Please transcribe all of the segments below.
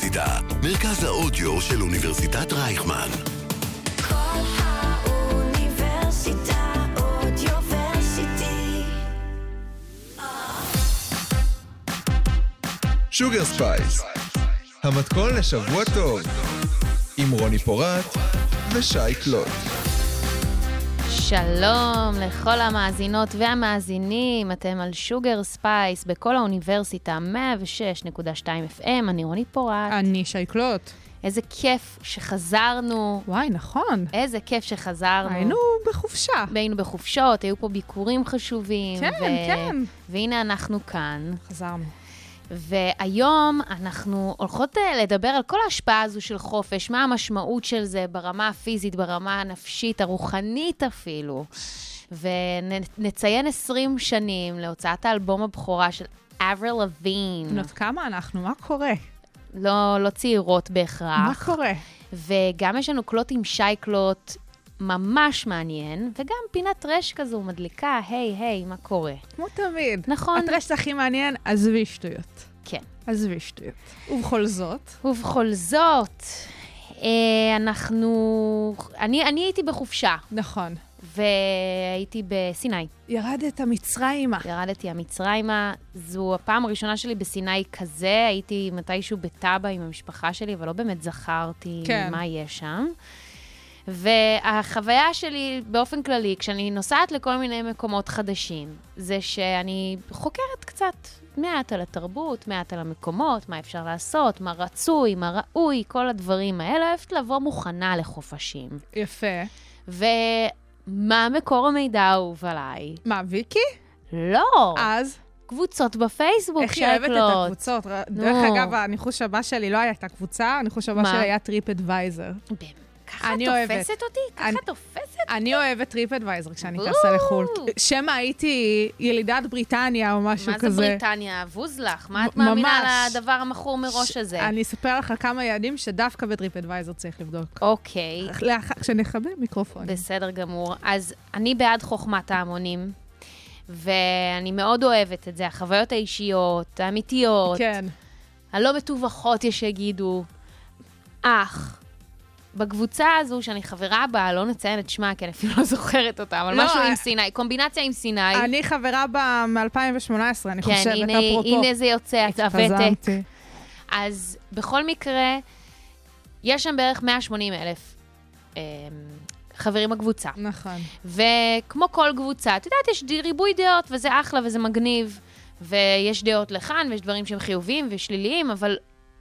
האוניברסיטה, מרכז האודיו של אוניברסיטת רייכמן. כל האוניברסיטה אודיוורסיטי. שוגר ספייס, המתכון לשבוע טוב, עם רוני פורט ושי קלוט. שלום לכל המאזינות והמאזינים, אתם על שוגר ספייס בכל האוניברסיטה 106.2 FM, אני רוני פורט. אני שי קלוט. איזה כיף שחזרנו. וואי, נכון. איזה כיף שחזרנו. היינו בחופשה. היינו בחופשות, היו פה ביקורים חשובים. כן, כן. והנה אנחנו כאן. חזרנו. והיום אנחנו הולכות לדבר על כל ההשפעה הזו של חופש, מה המשמעות של זה ברמה הפיזית, ברמה הנפשית, הרוחנית אפילו. ונציין 20 שנים להוצאת האלבום הבכורה של אבריל לוין. בנות כמה אנחנו? מה קורה? לא צעירות בהכרח. מה קורה? וגם יש לנו קלוט עם שי קלוט ממש מעניין, וגם פינת רש כזו מדליקה, היי, מה קורה? כמו תמיד. נכון. הטרש הכי מעניין, עזבי שטויות. כן. עזבי שטויות. ובכל זאת, אני הייתי בחופשה. נכון. והייתי בסיני. ירדת מצרימה. ירדתי המצרימה. זו הפעם הראשונה שלי בסיני כזה. הייתי מתישהו בטאבה עם המשפחה שלי, אבל לא באמת זכרתי מה יש שם. והחוויה שלי באופן כללי, כשאני נוסעת לכל מיני מקומות חדשים, זה שאני חוקרת קצת מעט על התרבות, מעט על המקומות, מה אפשר לעשות, מה רצוי, מה ראוי, כל הדברים האלה, אוהבת לבוא מוכנה לחופשים. יפה. ומה מקור המידע האהוב עליי? מה, ויקי? לא. אז? קבוצות בפייסבוק, איך היא אוהבת את הקבוצות? דרך אגב, הניחוש הבא שלי לא הייתה קבוצה, הניחוש הבא שלי היה טריפ אדוויזר. ככה תופסת אותי? ככה תופסת? אני אוהבת טריפ אדוויזר כשאני טסה לחו"ל. שמא הייתי ילידת בריטניה או משהו כזה. מה זה בריטניה? אבוז לך? מה את מאמינה על הדבר המכור מראש הזה? אני אספר לך כמה יעדים שדווקא בטריפ אדוויזר צריך לבדוק. אוקיי. כשנחבר מיקרופון. בסדר גמור. אז אני בעד חוכמת ההמונים, ואני מאוד אוהבת את זה. החוויות האישיות, האמיתיות. כן. הלא מתווכות יש שיגידו. בקבוצה הזו שאני חברה בה, לא נציין את שמה, כי אני אפילו לא זוכרת אותה, אבל משהו עם סיני, קומבינציה עם סיני. אני חברה בה מ-2018, אני חושבת, אפרופו. כן, הנה זה יוצא, הוותק. אז בכל מקרה, יש שם בערך 180,000 חברים בקבוצה. נכון. וכמו כל קבוצה, את יודעת, יש ריבוי דעות, וזה אחלה וזה מגניב, ויש דעות לכאן, ויש דברים שהם חיוביים ושליליים, אבל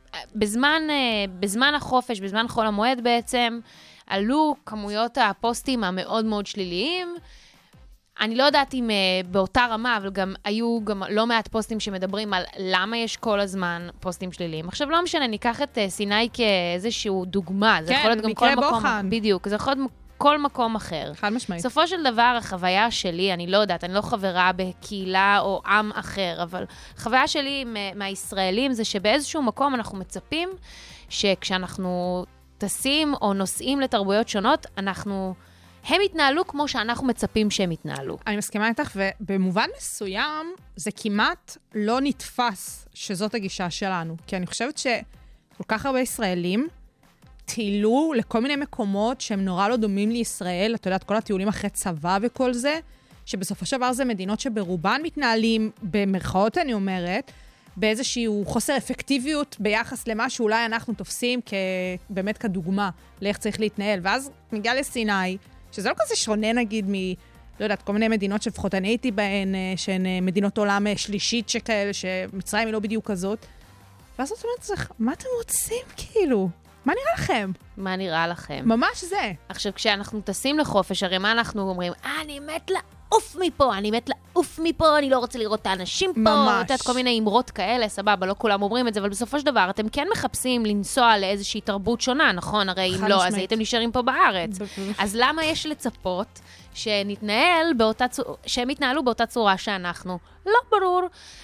בזמן החופש, בזמן חול המועד בעצם, עלו כמויות הפוסטים המאוד מאוד שליליים. אני לא יודעת אם באותה רמה, אבל גם היו גם לא מעט פוסטים שמדברים על למה יש כל הזמן פוסטים שליליים. עכשיו לא משנה, ניקח את סיני כאיזשהו דוגמה. זה יכול להיות גם כל מקום. בדיוק, זה יכול להיות כל מקום אחר. חד משמעית. בסופו של דבר, החוויה שלי, אני לא יודעת, אני לא חברה בקהילה או עם אחר, אבל החוויה שלי מהישראלים זה שבאיזשהו מקום אנחנו מצפים שכשאנחנו טסים או נוסעים לתרבויות שונות, הם יתנהלו כמו שאנחנו מצפים שהם יתנהלו. אני מסכימה איתך, ובמובן מסוים זה כמעט לא נתפס שזאת הגישה שלנו, כי אני חושבת שכל כך הרבה ישראלים טיילו לכל מיני מקומות שהם נורא לא דומים לישראל, את יודעת, כל הטיולים אחרי צבא וכל זה, שבסופו של דבר זה מדינות שברובן מתנהלים, במרכאות אני אומרת, באיזשהו חוסר אפקטיביות ביחס למה שאולי אנחנו תופסים באמת כדוגמה לאיך צריך להתנהל. ואז מגיע לסיני, שזה לא כזה שונה נגיד לא יודעת, כל מיני מדינות שלפחות אני הייתי בהן, שהן מדינות עולם שלישית שכאלה, שמצרים היא לא בדיוק כזאת. ואז זאת אומרת, מה אתם רוצים כאילו? מה נראה לכם? מה נראה לכם? ממש זה. עכשיו, כשאנחנו טסים לחופש, הרי מה אנחנו אומרים? אני מת לעוף מפה, אני לא רוצה לראות את האנשים פה. ממש. יודעת, כל מיני אמרות כאלה, סבבה, לא כולם אומרים את זה, אבל בסופו של דבר, אתם כן מחפשים לנסוע לאיזושהי תרבות שונה, נכון? הרי אם לא, אז הייתם נשארים פה בארץ. אז למה יש לצפות שהם יתנהלו באותה צורה שאנחנו? לא ברור.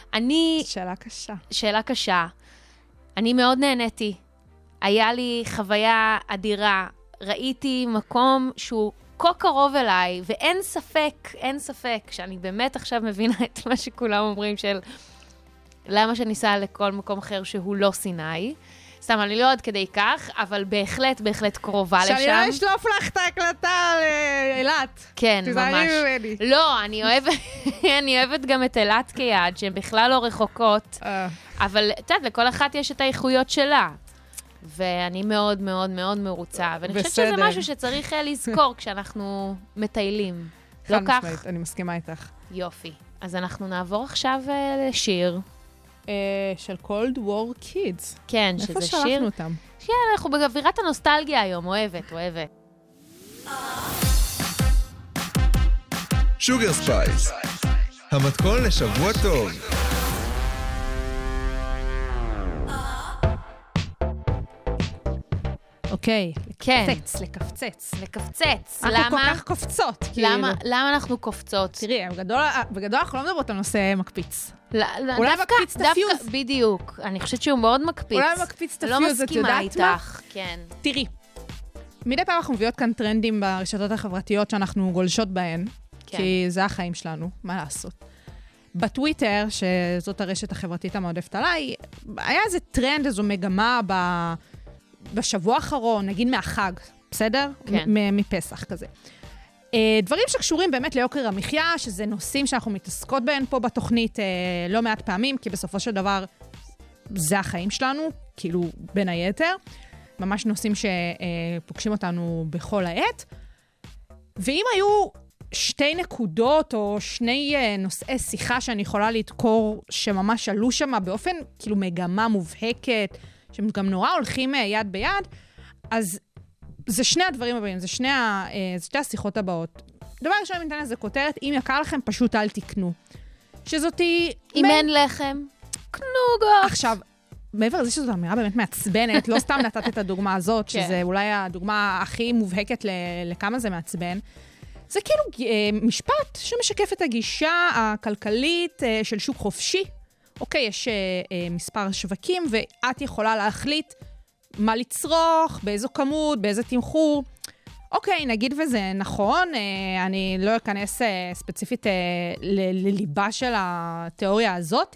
שאלה קשה. אני מאוד נהניתי. היה לי חוויה אדירה, ראיתי מקום שהוא כה קרוב אליי, ואין ספק, שאני באמת עכשיו מבינה את מה שכולם אומרים של למה שניסה לכל מקום אחר שהוא לא סיני. סתם, אני לא עד כדי כך, אבל בהחלט, בהחלט קרובה לשם. שאני לא אשלוף לך את ההקלטה לאילת. כן, ממש. תזהרי ממני. לא, אני אוהבת גם את אילת כיעד, שהן בכלל לא רחוקות, אבל את יודעת, לכל אחת יש את האיכויות שלה. ואני מאוד מאוד מאוד מרוצה, ואני חושבת שזה משהו שצריך לזכור כשאנחנו מטיילים. לא כך? אני מסכימה איתך. יופי. אז אנחנו נעבור עכשיו לשיר. של Cold War Kids. כן, שזה שיר. איפה שלחנו אותם? כן, אנחנו באווירת הנוסטלגיה היום, אוהבת. שוגר ספייס, המתכון לשבוע טוב. אוקיי, כן. לקפצץ. לקפצץ. אנחנו כל כך קופצות. למה אנחנו קופצות? תראי, בגדול אנחנו לא מדברות על נושא מקפיץ. אולי מקפיץ את הפיוז. בדיוק. אני חושבת שהוא מאוד מקפיץ. אולי מקפיץ את הפיוז, את יודעת מה? לא מסכימה איתך, כן. תראי, מדי פעם אנחנו מביאות כאן טרנדים ברשתות החברתיות שאנחנו גולשות בהן, כי זה החיים שלנו, מה לעשות. בטוויטר, שזאת הרשת החברתית המועדפת עליי, היה איזה טרנד, איזו מגמה בשבוע האחרון, נגיד מהחג, בסדר? כן. מפסח כזה. דברים שקשורים באמת ליוקר המחיה, שזה נושאים שאנחנו מתעסקות בהן פה בתוכנית לא מעט פעמים, כי בסופו של דבר זה החיים שלנו, כאילו בין היתר. ממש נושאים שפוגשים אותנו בכל העת. ואם היו שתי נקודות או שני נושאי שיחה שאני יכולה לדקור, שממש עלו שם באופן כאילו מגמה מובהקת, שהם גם נורא הולכים יד ביד, אז זה שני הדברים הבאים, זה שתי השיחות הבאות. דבר ראשון, אני אתן לזה כותרת, אם יקר לכם, פשוט אל תקנו. שזאתי... אם אין לחם, קנו גוף. עכשיו, מעבר לזה שזאת אמירה באמת מעצבנת, לא סתם נתת את הדוגמה הזאת, שזה אולי הדוגמה הכי מובהקת לכמה זה מעצבן, זה כאילו משפט שמשקף את הגישה הכלכלית של שוק חופשי. אוקיי, יש מספר שווקים, ואת יכולה להחליט מה לצרוך, באיזו כמות, באיזה תמחור. אוקיי, נגיד וזה נכון, אני לא אכנס ספציפית לליבה של התיאוריה הזאת.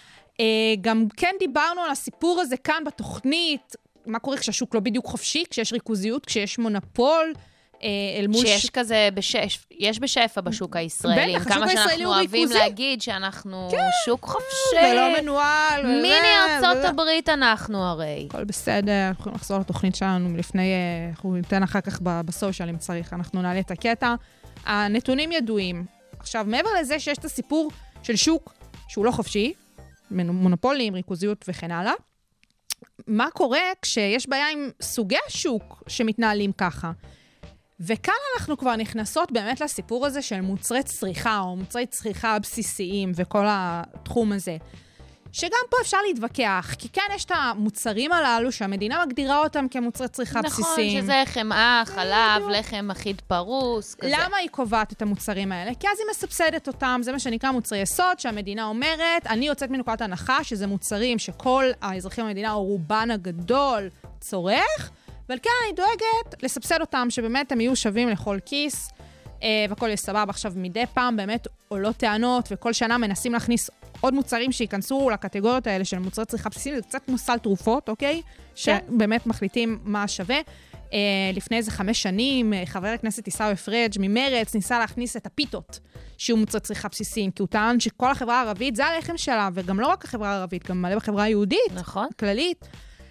גם כן דיברנו על הסיפור הזה כאן בתוכנית, מה קורה כשהשוק לא בדיוק חופשי, כשיש ריכוזיות, כשיש מונופול, אל מול... שיש כזה יש בשפע בשוק הישראלי. בטח, השוק הישראלי הוא ריכוזי. כמה שאנחנו אוהבים להגיד שאנחנו שוק חופשי. ולא מנוהל. מיני ארצות הברית אנחנו הרי. הכל בסדר, אנחנו יכולים לחזור לתוכנית שלנו מלפני, אנחנו ניתן אחר כך בסושיאל אם צריך, אנחנו נעלה את הקטע. הנתונים ידועים. עכשיו, מעבר לזה שיש את הסיפור של שוק שהוא לא חופשי, מונופולים, ריכוזיות וכן הלאה, מה קורה כשיש בעיה עם סוגי השוק שמתנהלים ככה? וכאן אנחנו כבר נכנסות באמת לסיפור הזה של מוצרי צריכה, או מוצרי צריכה בסיסיים, וכל התחום הזה. שגם פה אפשר להתווכח, כי כאן יש את המוצרים הללו שהמדינה מגדירה אותם כמוצרי צריכה בסיסיים. נכון, שזה חמאה, חלב, לחם אחיד פרוס, כזה. למה היא קובעת את המוצרים האלה? כי אז היא מסבסדת אותם, זה מה שנקרא מוצרי יסוד, שהמדינה אומרת, אני יוצאת מנקודת הנחה שזה מוצרים שכל האזרחים במדינה, או רובן הגדול, צורך, אבל כן, אני דואגת לסבסד אותם, שבאמת הם יהיו שווים לכל כיס, והכל יהיה סבבה. עכשיו, מדי פעם באמת עולות טענות, וכל שנה מנסים להכניס עוד מוצרים שיכנסו לקטגוריות האלה של מוצרי צריכה בסיסיים, זה קצת כמו סל תרופות, אוקיי? שבאמת מחליטים מה שווה. לפני איזה 5 שנים, חבר הכנסת עיסאווי פריג' ממרץ ניסה להכניס את הפיתות, שהוא מוצרי צריכה בסיסיים, כי הוא טען שכל החברה הערבית זה הלחם שלה, וגם לא רק החברה הערבית, גם מלא בחברה היהודית, נכון. כללית.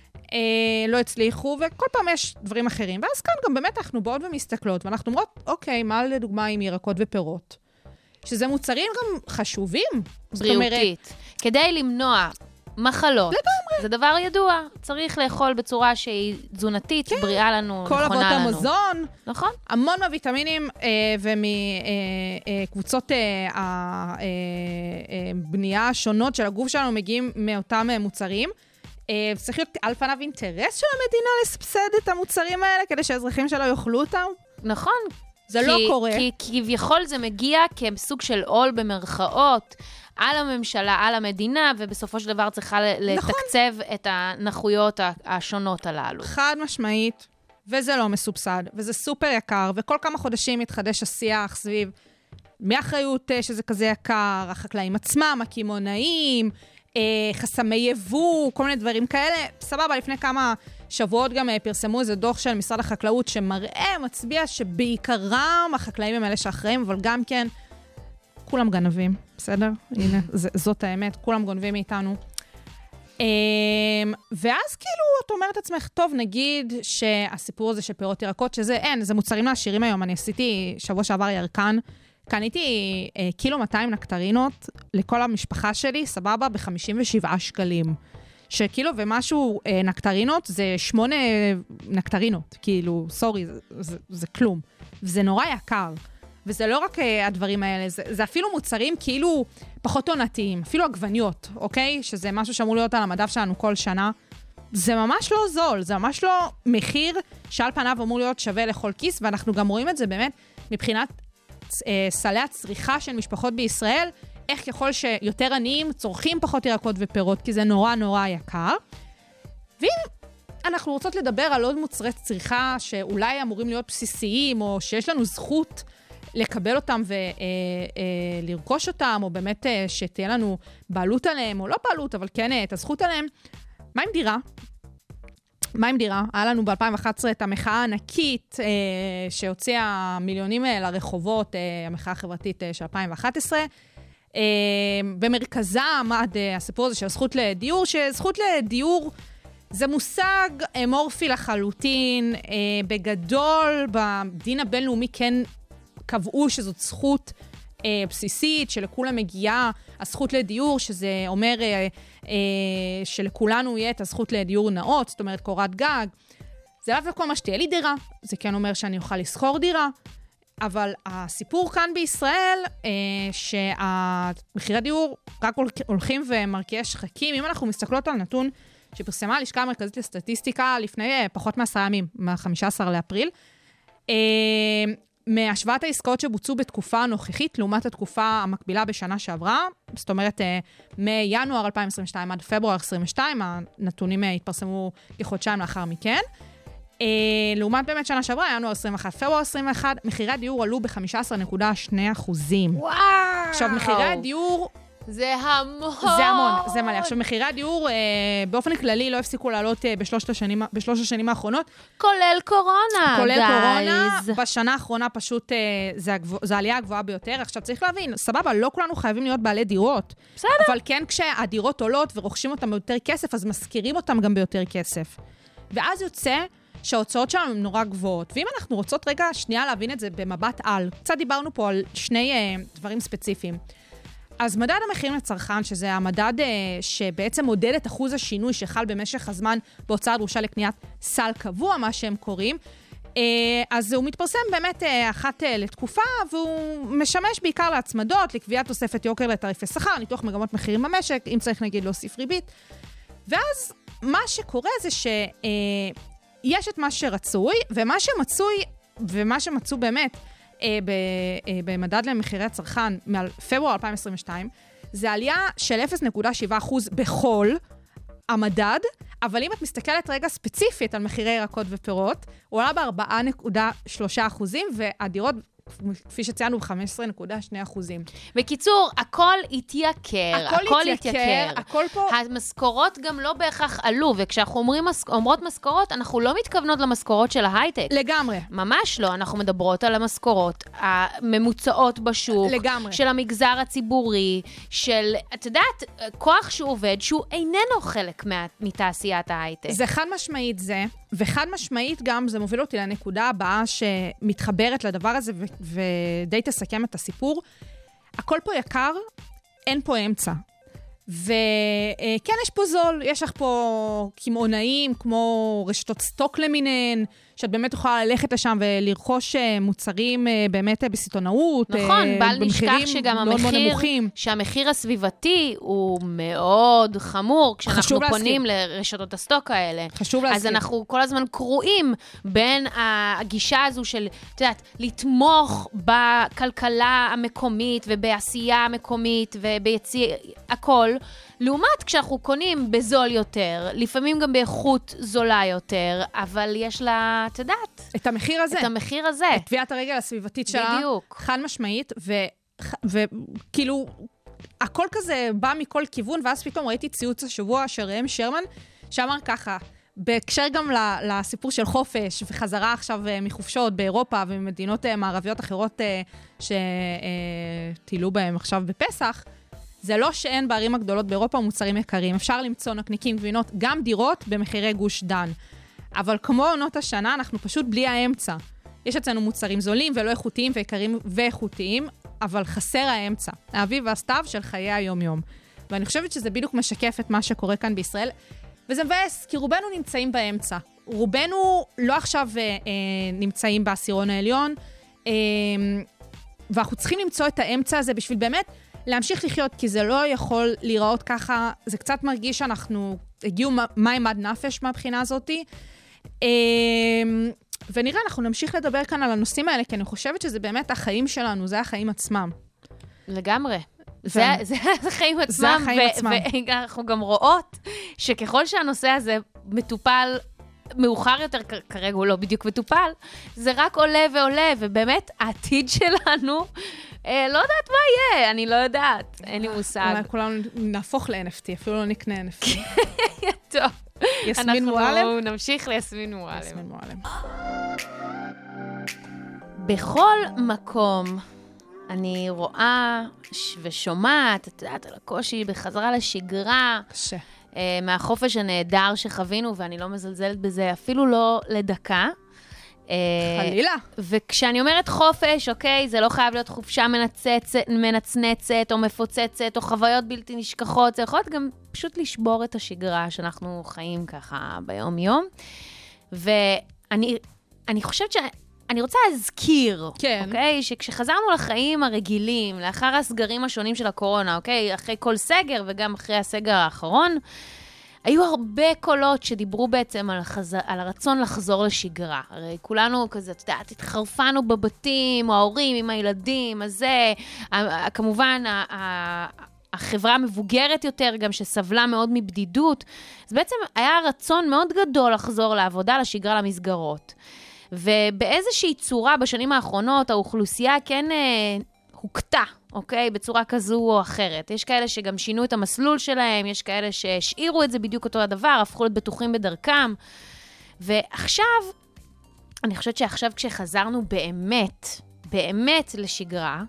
לא הצליחו, וכל פעם יש דברים אחרים. ואז כאן גם באמת אנחנו באות ומסתכלות, ואנחנו אומרות, אוקיי, מה לדוגמה עם ירקות ופירות? שזה מוצרים גם חשובים. בריאותית. כדי למנוע מחלות. לגמרי. זה דבר ידוע. צריך לאכול בצורה שהיא תזונתית, בריאה לנו, נכונה לנו. כל אבות המזון. נכון. המון מהוויטמינים ומקבוצות הבנייה השונות של הגוף שלנו מגיעים מאותם מוצרים. צריך להיות על פניו אינטרס של המדינה לסבסד את המוצרים האלה, כדי שהאזרחים שלו יאכלו אותם. נכון. זה לא קורה. כי כביכול זה מגיע כסוג של עול במרכאות על הממשלה, על המדינה, ובסופו של דבר צריכה לתקצב את הנכויות השונות הללו. חד משמעית, וזה לא מסובסד, וזה סופר יקר, וכל כמה חודשים מתחדש השיח סביב מאחריות שזה כזה יקר, החקלאים עצמם, הקימונאים, חסמי יבוא, כל מיני דברים כאלה. סבבה, לפני כמה שבועות גם פרסמו איזה דוח של משרד החקלאות שמראה, מצביע שבעיקרם החקלאים הם אלה שאחראים, אבל גם כן, כולם גנבים, בסדר? הנה, זאת האמת, כולם גונבים מאיתנו. ואז כאילו, את אומרת עצמך, טוב, נגיד שהסיפור הזה של פירות ירקות, שזה אין, זה מוצרים לעשירים היום. אני עשיתי שבוע שעבר ירקן, קניתי 1.2 נקטרינות לכל המשפחה שלי, סבבה, ב-57 שקלים. שכאילו, ומשהו נקטרינות, זה 8 נקטרינות. כאילו, סורי, זה כלום. וזה נורא יקר. וזה לא רק הדברים האלה, זה אפילו מוצרים כאילו פחות עונתיים, אפילו עגבניות, אוקיי? שזה משהו שאמור להיות על המדף שלנו כל שנה. זה ממש לא זול, זה ממש לא מחיר שעל פניו אמור להיות שווה לכל כיס, ואנחנו גם רואים את זה באמת מבחינת סלי הצריכה של משפחות בישראל, איך ככל שיותר עניים צורכים פחות ירקות ופירות, כי זה נורא נורא יקר. ואם אנחנו רוצות לדבר על עוד מוצרי צריכה שאולי אמורים להיות בסיסיים, או שיש לנו זכות לקבל אותם ולרכוש אותם, או באמת שתהיה לנו בעלות עליהם, או לא בעלות, אבל כן את הזכות עליהם. מה עם דירה? מה עם דירה? היה לנו ב-2011 את המחאה הענקית שהוציאה מיליונים לרחובות, המחאה החברתית של 2011. במרכזה עמד הסיפור הזה של הזכות לדיור, שזכות לדיור זה מושג אמורפי לחלוטין. בגדול, בדין הבינלאומי כן קבעו שזאת זכות בסיסית, שלכולם מגיעה הזכות לדיור, שזה אומר שלכולנו יהיה את הזכות לדיור נאות, זאת אומרת קורת גג. זה לא וכל מה שתהיה לי דירה, זה כן אומר שאני אוכל לסחור דירה, אבל הסיפור כאן בישראל, שהמחירי דיור רק הולכים ומרקיעי שחקים. אם אנחנו מסתכלות על נתון שפרסמה הלשכה המרכזית לסטטיסטיקה לפני פחות מ10 ימים, מה-15 לאפריל, מהשוואת העסקאות שבוצעו בתקופה הנוכחית, לעומת התקופה המקבילה בשנה שעברה, זאת אומרת, מינואר 2022 עד פברואר 2022, הנתונים התפרסמו כחודשיים לאחר מכן. לעומת באמת שנה שעברה, ינואר 21, פברואר 21, מחירי הדיור עלו ב-15.2%. וואו! עכשיו, מחירי הדיור זה המון. זה המון, זה מלא. עכשיו, מחירי הדיור באופן כללי לא הפסיקו לעלות בשלוש השנים האחרונות. כולל קורונה, כולל קורונה. בשנה האחרונה פשוט זה העלייה הגבוהה ביותר. עכשיו, צריך להבין, סבבה, לא כולנו חייבים להיות בעלי דירות. בסדר. אבל כן, כשהדירות עולות ורוכשים אותם ביותר כסף, אז מזכירים אותם גם ביותר כסף. ואז יוצא שההוצאות שלנו הן נורא גבוהות. ואם אנחנו רוצות רגע שנייה להבין את זה במבט על, קצת דיברנו פה על שני דברים ספציפיים. אז מדד המחירים לצרכן, שזה המדד שבעצם מודד את אחוז השינוי שחל במשך הזמן בהוצאה דרושה לקניית סל קבוע, מה שהם קוראים, אז הוא מתפרסם באמת אחת לתקופה, והוא משמש בעיקר להצמדות, לקביעת תוספת יוקר לתעריפי שכר, ניתוח מגמות מחירים במשק, אם צריך נגיד להוסיף ריבית. ואז מה שקורה זה שיש את מה שרצוי, ומה שמצאו באמת, במדד למחירי הצרכן מפברואר 2022, זה עלייה של 0.7% בכל המדד, אבל אם את מסתכלת רגע ספציפית על מחירי ירקות ופירות, הוא עלה ב4.3%, והדירות, כפי שציינו, ב15.2%. בקיצור, הכל התייקר. הכל פה המשכורות גם לא בהכרח עלו, וכשאנחנו אומרות משכורות, אנחנו לא מתכוונות למשכורות של ההייטק. לגמרי. ממש לא, אנחנו מדברות על המשכורות הממוצעות בשוק, לגמרי. של המגזר הציבורי, של, את יודעת, כוח שהוא עובד, שהוא איננו חלק מתעשיית ההייטק. זה חד משמעית זה, וחד משמעית גם זה מוביל אותי לנקודה הבאה שמתחברת לדבר הזה ודי תסכם את הסיפור. הכל פה יקר, אין פה אמצע. וכן, יש פה זול, יש לך פה כמעונאים, כמו רשתות סטוק למיניהן, שאת באמת יכולה ללכת לשם ולרכוש מוצרים באמת בסיטונאות, נכון, בל נשכח שגם שהמחיר הסביבתי הוא מאוד חמור, כשאנחנו פונים לרשתות הסטוק האלה. חשוב להזכיר. אז אנחנו כל הזמן קרואים בין הגישה הזו של, את יודעת, לתמוך בכלכלה המקומית ובעשייה המקומית וביציא הכל, לעומת כשאנחנו קונים בזול יותר, לפעמים גם באיכות זולה יותר, אבל יש לה, את יודעת, את המחיר הזה. את המחיר הזה. את תביעת הרגל הסביבתית שלה. בדיוק. חד משמעית, וכאילו, הכל כזה בא מכל כיוון, ואז פתאום ראיתי ציוץ השבוע של ראם שרמן, שאמר ככה, בהקשר גם לסיפור של חופש, וחזרה עכשיו מחופשות באירופה ומדינות מערביות אחרות שטילו בהם עכשיו בפסח, זה לא שאין בערים הגדולות באירופה מוצרים יקרים. אפשר למצוא נקניקים גבינות, גם דירות במחירי גוש דן. אבל כמו עונות השנה, אנחנו פשוט בלי האמצע. יש אצלנו מוצרים זולים ולא איכותיים ויקרים ואיכותיים, אבל חסר האמצע. האביב והסתיו של חיי היום-יום. ואני חושבת שזה בדיוק משקף את מה שקורה כאן בישראל. וזה מבאס, כי רובנו נמצאים באמצע. רובנו לא עכשיו נמצאים בעשירון העליון, ואנחנו צריכים למצוא את האמצע הזה בשביל באמת להמשיך לחיות, כי זה לא יכול להיראות ככה. זה קצת מרגיש שאנחנו הגיעו מים עד נפש מהבחינה הזאת. ונראה, אנחנו נמשיך לדבר כאן על הנושאים האלה, כי אני חושבת שזה באמת החיים שלנו, זה החיים עצמם. לגמרי. זה החיים עצמם. זה החיים עצמם. ואנחנו גם רואות שככל שהנושא הזה מטופל מאוחר יותר, כרגע הוא לא בדיוק מטופל, זה רק עולה ועולה, ובאמת העתיד שלנו, לא יודעת מה יהיה, אני לא יודעת, אין לי מושג. אולי כולנו נהפוך ל-NFT, אפילו לא נקנה NFT. טוב. יסמין מועלם? אנחנו נמשיך ליסמין מועלם. יסמין מועלם. בכל מקום אני רואה ושומעת, את יודעת, על הקושי בחזרה לשגרה, קשה. מהחופש הנהדר שחווינו, ואני לא מזלזלת בזה אפילו לא לדקה. חלילה. וכשאני אומרת חופש, אוקיי, זה לא חייב להיות חופשה מנצנצת או מפוצצת או חוויות בלתי נשכחות, זה יכול להיות גם פשוט לשבור את השגרה שאנחנו חיים ככה ביום-יום. ואני חושבת אני רוצה להזכיר, כן. אוקיי, שכשחזרנו לחיים הרגילים, לאחר הסגרים השונים של הקורונה, אוקיי, אחרי כל סגר וגם אחרי הסגר האחרון, היו הרבה קולות שדיברו בעצם על הרצון לחזור לשגרה. הרי כולנו כזה, אתה יודע, התחרפנו בבתים, או ההורים עם הילדים, אז זה, כמובן, החברה המבוגרת יותר, גם שסבלה מאוד מבדידות, אז בעצם היה רצון מאוד גדול לחזור לעבודה, לשגרה, למסגרות. ובאיזושהי צורה בשנים האחרונות, האוכלוסייה כן הוקטה, אוקיי? בצורה כזו או אחרת. יש כאלה שגם שינו את המסלול שלהם, יש כאלה שהשאירו את זה בדיוק אותו הדבר, הפכו להיות בטוחים בדרכם. ועכשיו, אני חושבת שעכשיו כשחזרנו באמת לשגרה,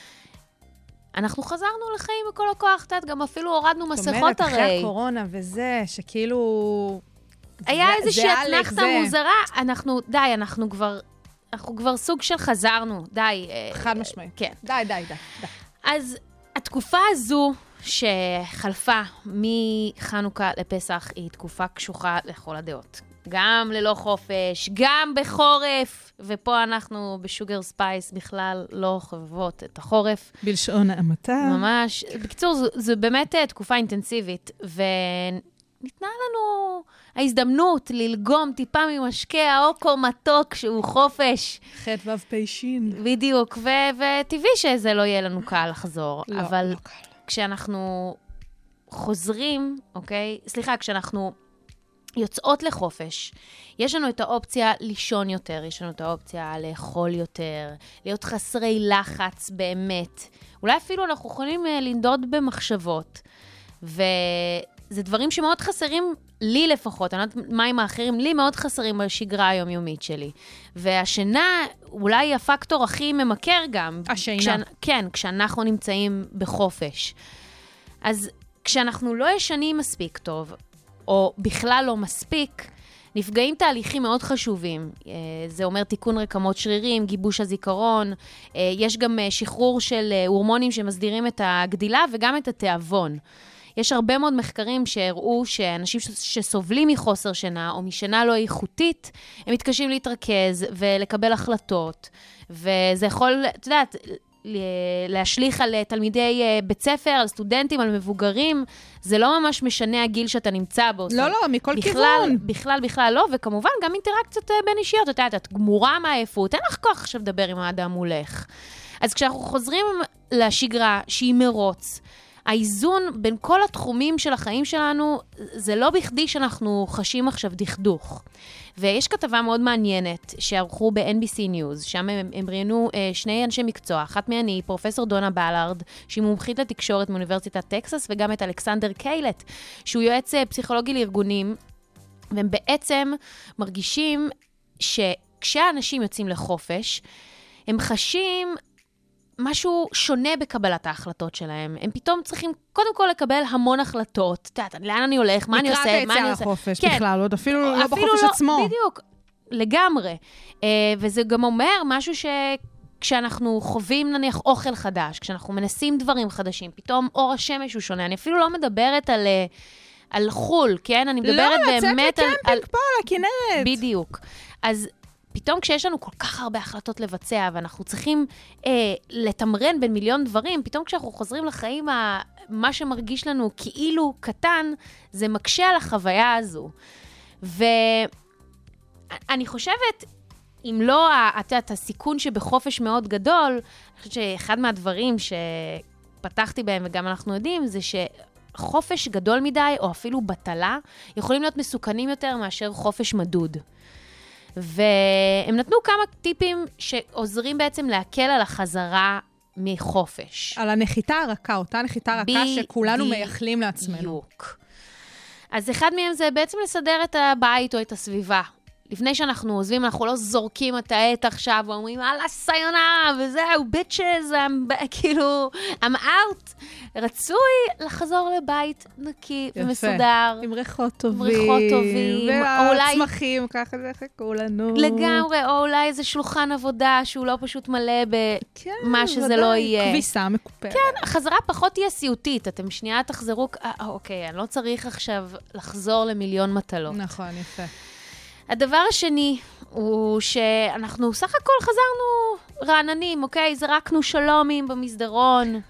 אנחנו חזרנו לחיים בכל הכוח, גם אפילו הורדנו מסכות הרי. זאת אומרת, אחרי הקורונה וזה, שכאילו היה איזושהי אתנחתה מוזרה, אנחנו כבר סוג של חזרנו, די. חד משמעית. כן. די. אז התקופה הזו שחלפה מחנוכה לפסח היא תקופה קשוחה לכל הדעות. גם ללא חופש, גם בחורף, ופה אנחנו בשוגר ספייס בכלל לא חובבות את החורף. בלשון המעטה. ממש. בקיצור, זו באמת תקופה אינטנסיבית, ניתנה לנו ההזדמנות ללגום טיפה ממשקה האוקו מתוק שהוא חופש. חטא וו פיישין. בדיוק, וטבעי שזה לא יהיה לנו קל לחזור. לא, אבל לא קל. כשאנחנו חוזרים, אוקיי? סליחה, כשאנחנו יוצאות לחופש, יש לנו את האופציה לישון יותר, יש לנו את האופציה לאכול יותר, להיות חסרי לחץ באמת. אולי אפילו אנחנו יכולים לנדוד במחשבות. זה דברים שמאוד חסרים לי לפחות, אני לא יודעת מה עם האחרים, לי מאוד חסרים בשגרה היומיומית שלי. והשינה אולי היא הפקטור הכי ממכר גם. השינה. כן, כשאנחנו נמצאים בחופש. אז כשאנחנו לא ישנים מספיק טוב, או בכלל לא מספיק, נפגעים תהליכים מאוד חשובים. זה אומר תיקון רקמות שרירים, גיבוש הזיכרון, יש גם שחרור של הורמונים שמסדירים את הגדילה וגם את התיאבון. יש הרבה מאוד מחקרים שהראו שאנשים שסובלים מחוסר שינה או משנה לא איכותית, הם מתקשים להתרכז ולקבל החלטות. וזה יכול, את יודעת, להשליך על תלמידי בית ספר, על סטודנטים, על מבוגרים. זה לא ממש משנה הגיל שאתה נמצא בו. לא, מכל כיוון. בכלל לא, וכמובן גם אינטראקציות בין אישיות. אתה יודעת, את גמורה מהעייפות, אין לך כוח עכשיו לדבר עם האדם מולך. אז כשאנחנו חוזרים לשגרה שהיא מרוץ, האיזון בין כל התחומים של החיים שלנו, זה לא בכדי שאנחנו חשים עכשיו דכדוך. ויש כתבה מאוד מעניינת שערכו ב-NBC News, שם הם ראיינו שני אנשי מקצוע, אחת מהן היא פרופסור דונה בלארד, שהיא מומחית לתקשורת מאוניברסיטת טקסס, וגם את אלכסנדר קיילט, שהוא יועץ פסיכולוגי לארגונים, והם בעצם מרגישים שכשהאנשים יוצאים לחופש, הם חשים משהו שונה בקבלת ההחלטות שלהם. הם פתאום צריכים קודם כל לקבל המון החלטות. תיודעת, לאן אני הולך? מה אני עושה? לקראת היציאה לחופש בכלל, עוד אפילו לא בחופש עצמו. בדיוק, לגמרי. וזה גם אומר משהו כשאנחנו חווים נניח אוכל חדש, כשאנחנו מנסים דברים חדשים, פתאום אור השמש הוא שונה. אני אפילו לא מדברת על חול, כן? אני מדברת באמת על... לא, לצאת לקמפינג פה, לכנרת. בדיוק. אז פתאום כשיש לנו כל כך הרבה החלטות לבצע, ואנחנו צריכים לתמרן בין מיליון דברים, פתאום כשאנחנו חוזרים לחיים, מה שמרגיש לנו כאילו קטן, זה מקשה על החוויה הזו. ואני חושבת, אם לא את הסיכון שבחופש מאוד גדול, אני חושבת שאחד מהדברים שפתחתי בהם, וגם אנחנו יודעים, זה שחופש גדול מדי, או אפילו בטלה, יכולים להיות מסוכנים יותר מאשר חופש מדוד. והם נתנו כמה טיפים שעוזרים בעצם להקל על החזרה מחופש. על הנחיתה הרכה, אותה נחיתה רכה שכולנו מייחלים לעצמנו. בדיוק. אז אחד מהם זה בעצם לסדר את הבית או את הסביבה. לפני שאנחנו עוזבים, אנחנו לא זורקים את העט עכשיו, ואומרים, אללה סיונה, וזהו, ביצ'ז, כאילו, I'm out. רצוי לחזור לבית נקי ומסודר. עם ריחות טובים. ריחות טובים. והצמחים, ככה זה חכו לנו. לגמרי, או אולי איזה שולחן עבודה, שהוא לא פשוט מלא במה שזה לא יהיה. כביסה מקופלת. כן, החזרה פחות תהיה סיוטית. אתם שנייה תחזרו, אוקיי, אני לא צריך עכשיו לחזור למיליון מטלות. נכון, יפה. הדבר השני הוא שאנחנו סך הכל חזרנו רעננים, אוקיי? זרקנו שלומים במסדרון.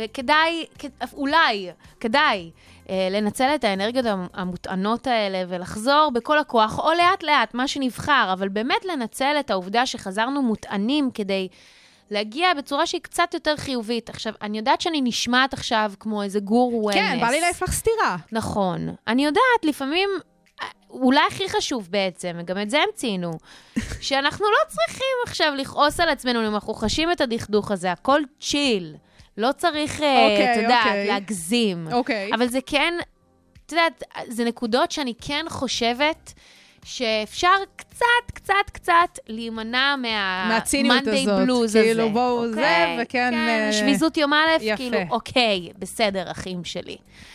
כדאי לנצל את האנרגיות המוטענות האלה ולחזור בכל הכוח, או לאט לאט, מה שנבחר, אבל באמת לנצל את העובדה שחזרנו מוטענים כדי להגיע בצורה שהיא קצת יותר חיובית. עכשיו, אני יודעת שאני נשמעת עכשיו כמו איזה גור וולנס. כן, בא לי להפך סתירה. נכון. אני יודעת, לפעמים... אולי הכי חשוב בעצם, וגם את זה הם ציינו, שאנחנו לא צריכים עכשיו לכעוס על עצמנו, אם אנחנו חשים את הדכדוך הזה, הכל צ'יל, לא צריך, אתה יודעת, להגזים. אבל זה כן, אתה יודעת, זה נקודות שאני כן חושבת שאפשר קצת להימנע מהציניות הזאת, כאילו בואו זה, וכן... כן, שביזות יום א', כאילו, אוקיי, בסדר, אחים שלי.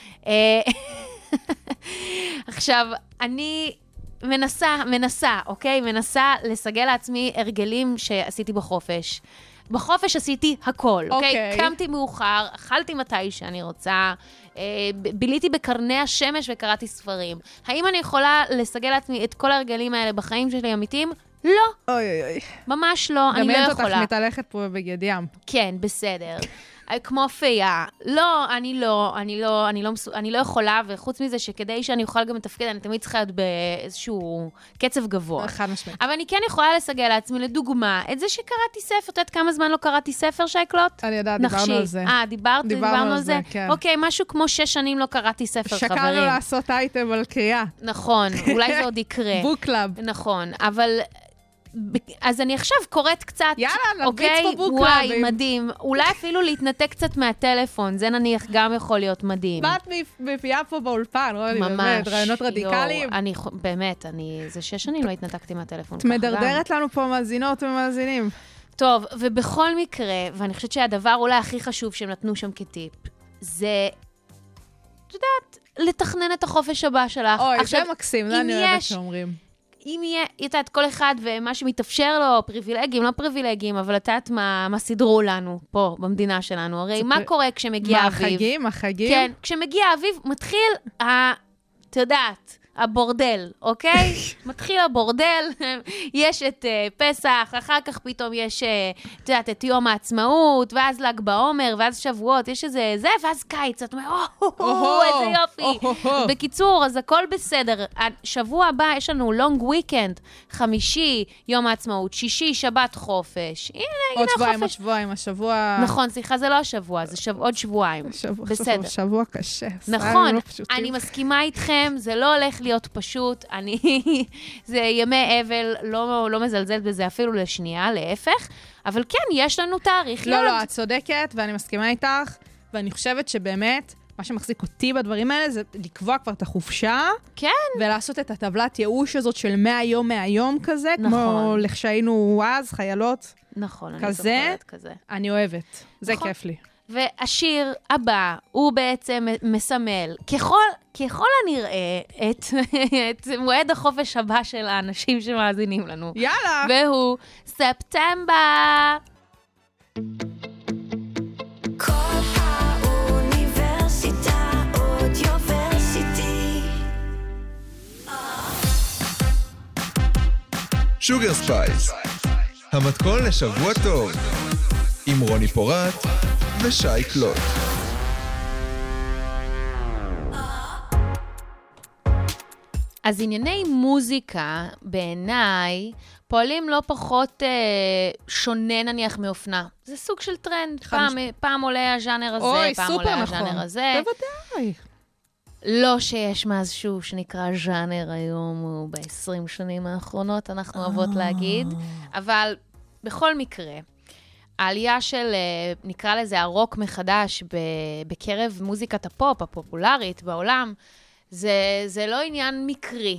עכשיו, אני מנסה, אוקיי? מנסה לסגל לעצמי הרגלים שעשיתי בחופש. בחופש עשיתי הכל, אוקיי? קמתי מאוחר, אכלתי מתי שאני רוצה, ביליתי בקרני השמש וקראתי ספרים. האם אני יכולה לסגל לעצמי את כל הרגלים האלה בחיים שלי אמיתיים? לא. אוי, אוי. ממש לא, אני לא יכולה. גם אין אותך מתהלכת פה בבגד ים. כן, בסדר. כמו פיה. לא, אני לא יכולה, וחוץ מזה שכדי שאני אוכל גם לתפקד, אני תמיד צריכה להיות באיזשהו קצב גבוה. חד משמעית. אבל אני כן יכולה לסגל לעצמי לדוגמה, את זה שקראתי ספר, את יודעת כמה זמן לא קראתי ספר, שייקלוט? אני יודעת, דיברנו על זה. דיברנו על זה? כן. אוקיי, משהו כמו 6 שנים לא קראתי ספר, חברים. שקלנו לעשות אייטם על קריאה. נכון, אולי זה עוד יקרה. בוקלאב. נכון, אבל... אז אני עכשיו קוראת קצת, יאללה, נרביץ בבוקלאב. וואי, מדהים. אולי אפילו להתנתק קצת מהטלפון, זה נניח גם יכול להיות מדהים. מה את מביאה פה באולפן? ממש. רעיונות רדיקליים. באמת, זה 6 שנים לא התנתקתי מהטלפון. את מדרדרת לנו פה מאזינות ומאזינים. טוב, ובכל מקרה, ואני חושבת שהדבר אולי הכי חשוב שהם נתנו שם כטיפ, זה, את יודעת, לתכנן את החופש הבא שלך. אוי, זה מקסים, זה אני אוהבת שאומרים. אם יהיה, יודעת, כל אחד ומה שמתאפשר לו, פריבילגים, לא פריבילגים, אבל את יודעת מה סידרו לנו פה, במדינה שלנו. הרי מה קורה כשמגיע אביב? החגים? כן, כשמגיע אביב, מתחיל, את יודעת, הבורדל, אוקיי? מתחיל הבורדל, יש את פסח, אחר כך פתאום יש, את יודעת, את יום העצמאות, ואז ל"ג בעומר, ואז שבועות, יש איזה זה, ואז קיץ, את אומרת, איזה יופי. בקיצור, אז הכל בסדר. שבוע הבא יש לנו לונג וויקנד, חמישי, יום העצמאות, שישי, שבת חופש. הנה החופש. עוד שבועיים, השבוע... נכון, סליחה, זה לא השבוע, זה עוד שבועיים. בסדר. שבוע קשה. נכון, אני מסכימה איתכם, זה לא הולך להיות פשוט, זה ימי אבל, לא מזלזלת בזה אפילו לשנייה, להפך, אבל כן, יש לנו תאריך. לא, את צודקת, ואני מסכימה איתך, ואני חושבת שבאמת, מה שמחזיק אותי בדברים האלה, זה לקבוע כבר את החופשה, כן. ולעשות את הטבלת ייאוש הזאת של 100 יום כזה, נכון. כמו לכשהיינו אז, חיילות. נכון, כזה, אני זוכרת כזה. אני אוהבת, זה נכון. כיף לי. והשיר הבא, הוא בעצם מסמל, ככל הנראה, את מועד החופש הבא של האנשים שמאזינים לנו. יאללה! והוא ספטמבר. כל האוניברסיטה אודיוורסיטי. שוגר ספייס, המתכון לשבוע טוב, עם רוני פורט ושי קלוט. אז ענייני מוזיקה, בעיניי, פועלים לא פחות שונה נניח מאופנה. זה סוג של טרנד. פעם עולה הז'אנר הזה, פעם עולה הז'אנר הזה. בוודאי. לא שיש משהו שנקרא ז'אנר היום, הוא ב-20 שנים האחרונות, אנחנו אוהבות להגיד. אבל בכל מקרה, העלייה של, נקרא לזה, הרוק מחדש בקרב מוזיקת הפופ הפופולרית בעולם, זה לא עניין מקרי.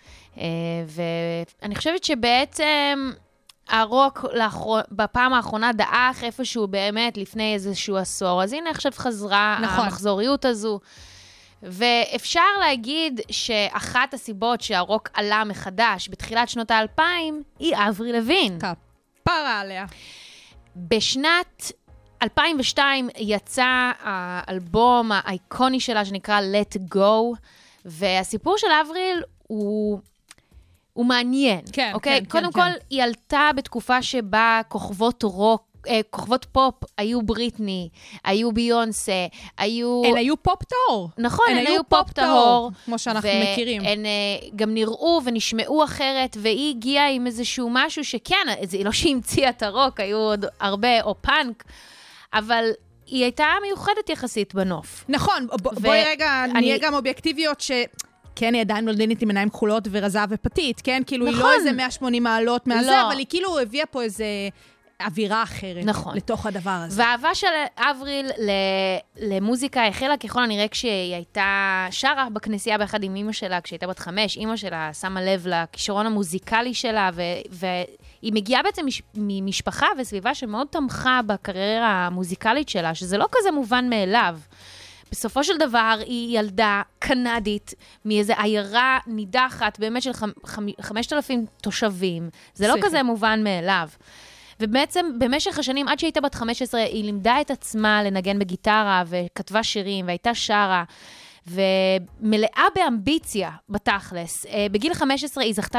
ואני חושבת שבעצם הרוק בפעם האחרונה דאח איפשהו באמת לפני איזשהו עשור. אז הנה עכשיו חזרה המחזוריות הזו. ואפשר להגיד שאחת הסיבות שהרוק עלה מחדש בתחילת שנות ה-2000 היא אברי לוין. כפרה עליה. בשנת 2002 יצא האלבום האיקוני שלה שנקרא Let Go, והסיפור של אבריל הוא מעניין. כן, אוקיי? כן, קודם כן, כל, כן. היא עלתה בתקופה שבה כוכבות פופ היו בריטני, היו ביונסה, הן היו פופ טהור. נכון, הן היו פופ טהור. כמו שאנחנו מכירים. והן גם נראו ונשמעו אחרת, והיא הגיעה עם איזשהו משהו שכן, זה לא שהמציאה את הרוק, היו עוד הרבה, או פאנק, אבל היא הייתה מיוחדת יחסית בנוף. נכון, בואי רגע, נהיה גם אובייקטיביות כן, היא עדיין נולדנית עם עיניים כחולות ורזה ופתית, כן? כאילו, היא לא איזה 180 מעלות מהזה, אבל היא כאילו הביאה פה איזה אווירה אחרת לתוך הדבר הזה. והאהבה של אבריל למוזיקה החלה ככל הנראה כשהיא הייתה שרה בכנסייה באחד עם אמא שלה, כשהיא הייתה בת 5, אמא שלה שמה לב לכישרון המוזיקלי שלה, והיא מגיעה בעצם ממשפחה וסביבה שמאוד תמכה בקריירה המוזיקלית שלה, שזה לא כזה מובן מאליו. בסופו של דבר היא ילדה קנדית מאיזו עיירה נידחת באמת של 5,000 תושבים. זה לא כזה מובן מאליו. ובעצם במשך השנים, עד שהייתה בת 15, היא לימדה את עצמה לנגן בגיטרה וכתבה שירים והייתה שרה, ומלאה באמביציה בתכלס. בגיל 15 היא זכתה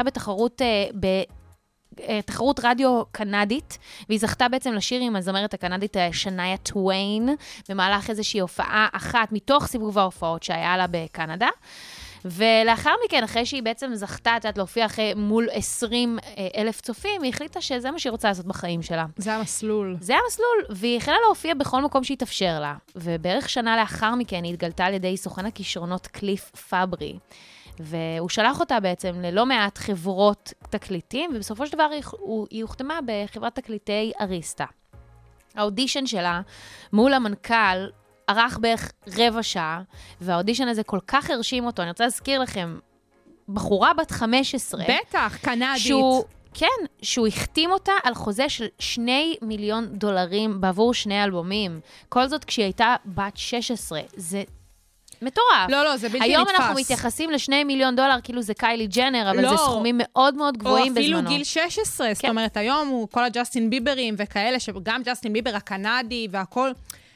בתחרות רדיו קנדית, והיא זכתה בעצם לשיר עם הזמרת הקנדית שניה טוויין, במהלך איזושהי הופעה אחת מתוך סיבוב ההופעות שהיה לה בקנדה. ולאחר מכן, אחרי שהיא בעצם זכתה להופיע מול 20,000 צופים, היא החליטה שזה מה שהיא רוצה לעשות בחיים שלה. זה המסלול. זה המסלול, והיא החלה להופיע בכל מקום שהתאפשר לה. ובערך שנה לאחר מכן היא התגלתה על ידי סוכן הכישרונות קליף פאברי. והוא שלח אותה בעצם ללא מעט חברות תקליטים, ובסופו של דבר היא הוחתמה בחברת תקליטי אריסטה. האודישן שלה מול המנכ"ל ערך בערך רבע שעה, והאודישן הזה כל כך הרשים אותו. אני רוצה להזכיר לכם, בחורה בת 15. בטח, קנדית. שהוא החתים אותה על חוזה של $2 מיליון בעבור 2 אלבומים. כל זאת כשהיא הייתה בת 16. זה מטורף. לא, זה בלתי היום נתפס. אנחנו מתייחסים ל$2 מיליון, כאילו זה קיילי ג'נר, אבל זה סכומים מאוד מאוד גבוהים בזמנו. או אפילו גיל 16, זאת אומרת, היום הוא כל הג'סטין ביברים וכאלה, שגם ג'סטין ביבר הקנדי והכל,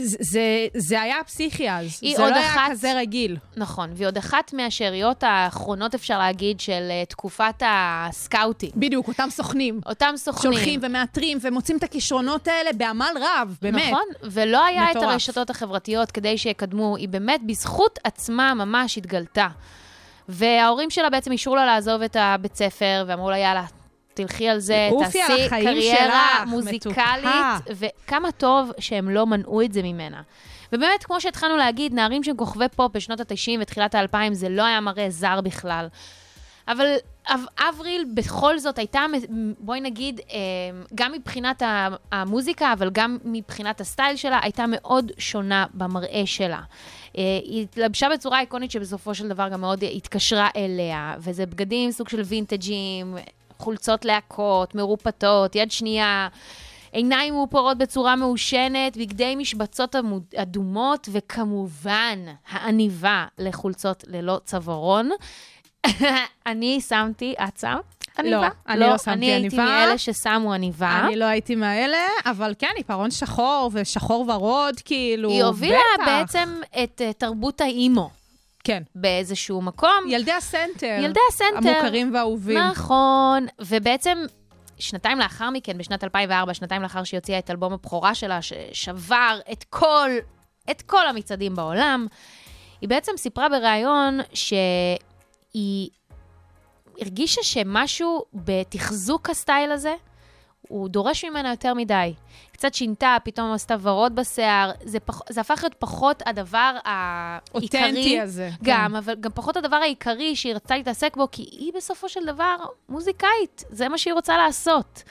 זה היה פסיכי אז. היא זה עוד לא היה אחת- כזה רגיל. נכון, והיא עוד אחת מהשאריות האחרונות, אפשר להגיד, של תקופת הסקאוטינג. בדיוק, אותם סוכנים. אותם סוכנים. שולחים ומאתרים ומוצאים את הכישרונות האלה בעמל רב, באמת. נכון, ולא היה את מטורף. הרשתות החברתיות כדי שיקדמו, היא באמת בזכות עצמה ממש התגלתה. וההורים שלה בעצם אישרו לה לעזוב את הבית ספר, ואמרו לה, יאללה, תלכי על זה, עופי על תעשי החיים קריירה שלך, מוזיקלית, מתוקה. וכמה טוב שהם לא מנעו את זה ממנה. ובאמת, כמו שהתחלנו להגיד, נערים שהם כוכבי פופ בשנות ה-90 ותחילת ה-2000, זה לא היה מראה זר בכלל. אבל אבריל בכל זאת הייתה, בואי נגיד, גם מבחינת המוזיקה, אבל גם מבחינת הסטייל שלה, הייתה מאוד שונה במראה שלה. היא התלבשה בצורה איקונית שבסופו של דבר גם מאוד התקשרה אליה, וזה בגדים סוג של וינטג'ים, חולצות להקות, מרופטות, יד שנייה, עיניים מאופרות בצורה מעושנת, בגדי משבצות אדומות, וכמובן העניבה לחולצות ללא צווארון. אני שמתי, את שמת עניבה? אני לא שמתי אני הייתי עניבה. מאלה ששמו עניבה. אני לא הייתי מאלה, אבל כן, עיפרון שחור ושחור ורוד, כאילו, היא הובילה בטח. בעצם את תרבות האימו כן. באיזשהו מקום. ילדי הסנטר. ילדי הסנטר. המוכרים והאהובים. נכון, ובעצם שנתיים לאחר מכן, בשנת 2004, שנתיים לאחר שהיא הוציאה את אלבום הבכורה שלה, ששבר את כל המצעדים בעולם, היא בעצם סיפרה בריאיון שהיא הרגישה שמשהו בתחזוק הסטייל הזה, הוא דורש ממנה יותר מדי. קצת שינתה, פתאום עשתה ורוד בשיער, זה הפך להיות פחות הדבר העיקרי. אותנטי הזה. גם, אבל גם פחות הדבר העיקרי שהיא רצתה להתעסק בו, כי היא בסופו של דבר מוזיקאית, זה מה שהיא רוצה לעשות.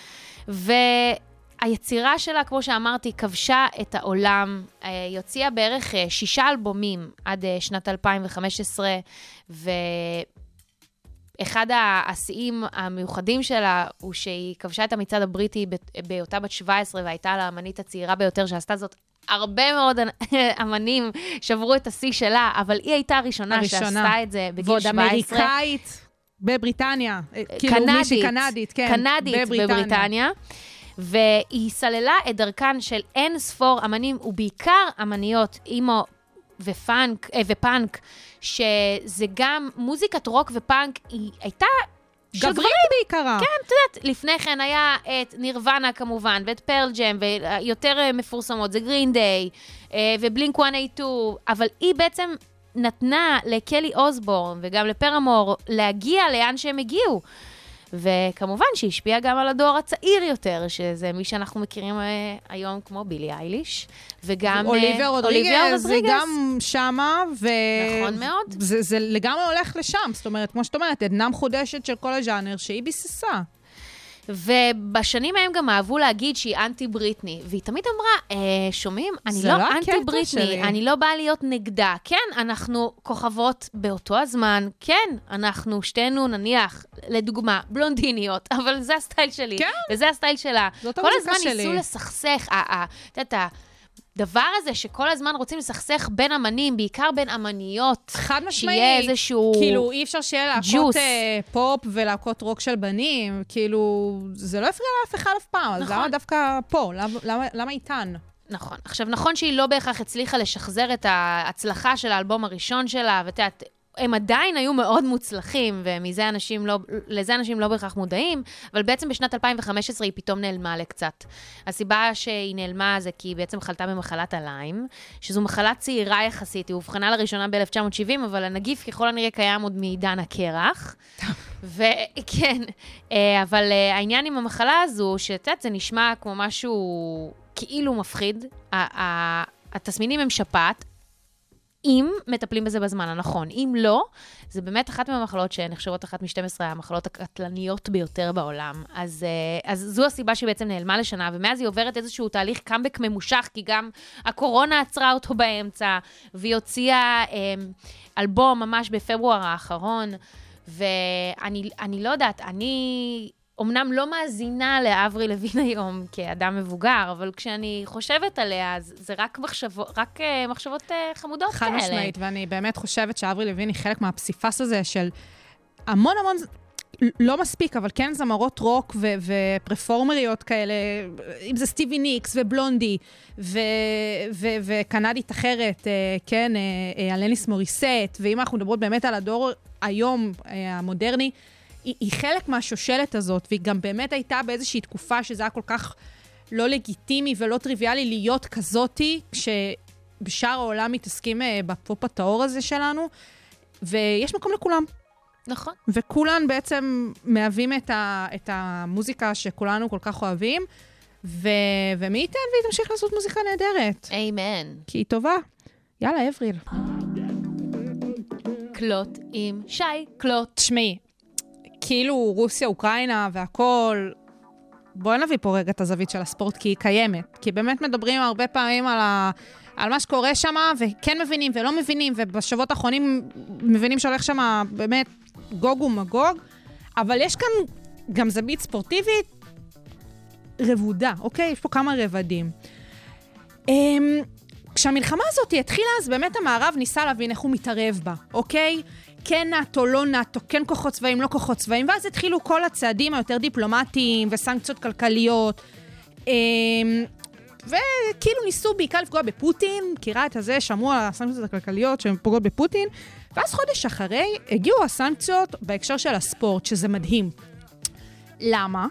והיצירה שלה, כמו שאמרתי, כבשה את העולם, היא הוציאה בערך 6 אלבומים עד שנת 2015, אחד השיאים המיוחדים שלה הוא שהיא כבשה את המצעד הבריטי בהיותה בת 17, והייתה לה האמנית הצעירה ביותר שעשתה זאת. הרבה מאוד אמנים שברו את השיא שלה, אבל היא הייתה הראשונה שעשתה את זה בגיל 17. ועוד אמריקאית בבריטניה. כאילו מישהי קנדית, כן. קנדית בבריטניה. והיא סללה את דרכן של אין ספור אמנים, ובעיקר אמניות, אימו ופאנק, שזה גם מוזיקת רוק ופאנק, היא הייתה גברית בעיקרה. כן, את יודעת, לפני כן היה את נירוונה כמובן, ואת פרל ג'ם, ויותר מפורסמות, זה גרין דיי, ובלינק 182, אבל היא בעצם נתנה לקלי אוסבורן, וגם לפרמור, להגיע לאן שהם הגיעו. וכמובן שהשפיע גם על הדור הצעיר יותר, שזה מי שאנחנו מכירים היום כמו בילי אייליש, וגם אוליביה רודריגז, זה גם שמה, נכון מאוד. זה לגמרי הולך לשם, זאת אומרת, כמו שאת אומרת, עדנה מחודשת של כל הז'אנר שהיא ביססה. ובשנים ההם גם אהבו להגיד שהיא אנטי בריטני, והיא תמיד אמרה, שומעים? אני לא אנטי בריטני, אני לא באה להיות נגדה. כן, אנחנו כוכבות באותו הזמן, כן, אנחנו שתינו נניח, לדוגמה, בלונדיניות, אבל זה הסטייל שלי, כן. וזה הסטייל שלה. זאת כל המוזיקה הזמן שלי. ניסו לסכסך, את יודעת, הדבר הזה שכל הזמן רוצים לסכסך בין אמנים, בעיקר בין אמניות, חד משמעי. שיהיה איזשהו כאילו, אי אפשר שיהיה להקות פופ ולהקות רוק של בנים, כאילו, זה לא הפריע לאף אחד אף פעם, אז למה דווקא פה? למה איתן? נכון. עכשיו, נכון שהיא לא בהכרח הצליחה לשחזר את ההצלחה של האלבום הראשון שלה, ואת יודעת, הם עדיין היו מאוד מוצלחים, ולזה אנשים לא בהכרח מודעים, אבל בעצם בשנת 2015 היא פתאום נעלמה לקצת. הסיבה שהיא נעלמה זה כי היא בעצם חלתה במחלת הליים, שזו מחלה צעירה יחסית, היא הובחנה לראשונה ב-1970, אבל הנגיף ככל הנראה קיים עוד מעידן הקרח. וכן, אבל העניין עם המחלה הזו, שתת, זה נשמע כמו משהו כאילו מפחיד, התסמינים הם שפעת, אם מטפלים בזה בזמן הנכון. אם לא, זה באמת אחת מהמחלות שנחשבות אחת מ-12 המחלות הקטלניות ביותר בעולם. אז זו הסיבה שהיא בעצם נעלמה לשנה, ומאז היא עוברת איזשהו תהליך קאמבק ממושך, כי גם הקורונה עצרה אותו באמצע, והיא הוציאה אלבום ממש בפברואר האחרון, ואני לא יודעת, אני אמנם לא מאזינה לאבריל לוין היום כאדם מבוגר, אבל כשאני חושבת עליה, זה רק מחשבות חמודות כאלה. חד משמעית, ואני באמת חושבת שאבריל לוין היא חלק מהפסיפס הזה של המון המון, לא מספיק, אבל כן זמרות רוק ופרפורמריות כאלה, אם זה סטיבי ניקס ובלונדי, וקנדית אחרת, כן, אלניס מוריסט, ואם אנחנו מדברות באמת על הדור היום המודרני, היא חלק מהשושלת הזאת, והיא גם באמת הייתה באיזושהי תקופה שזה היה כל כך לא לגיטימי ולא טריוויאלי להיות כזאתי, כשבשאר העולם מתעסקים בפופ הטהור הזה שלנו, ויש מקום לכולם. נכון. וכולן בעצם מהווים את המוזיקה שכולנו כל כך אוהבים, ומי ייתן והיא תמשיך לעשות מוזיקה נהדרת. אמן. כי היא טובה. יאללה, אבריל. קלוט עם שי קלוט. תשמעי, כאילו רוסיה, אוקראינה והכל, בואי נביא פה רגע את הזווית של הספורט, כי היא קיימת. כי באמת מדברים הרבה פעמים על מה שקורה שם, וכן מבינים ולא מבינים, ובשבועות האחרונים מבינים שהולך שם באמת גוג ומגוג, אבל יש כאן גם זווית ספורטיבית רבודה, אוקיי? יש פה כמה רבדים. כשהמלחמה הזאת התחילה, אז באמת המערב ניסה להבין איך הוא מתערב בה, אוקיי? כן נאטו, לא נאטו, כן כוחות צבאים, לא כוחות צבאים, ואז התחילו כל הצעדים היותר דיפלומטיים וסנקציות כלכליות, וכאילו ניסו בעיקר לפגוע בפוטין, מכירה את הזה, שמעו על הסנקציות הכלכליות שהן פוגעות בפוטין, ואז חודש אחרי הגיעו הסנקציות בהקשר של הספורט, שזה מדהים. למה?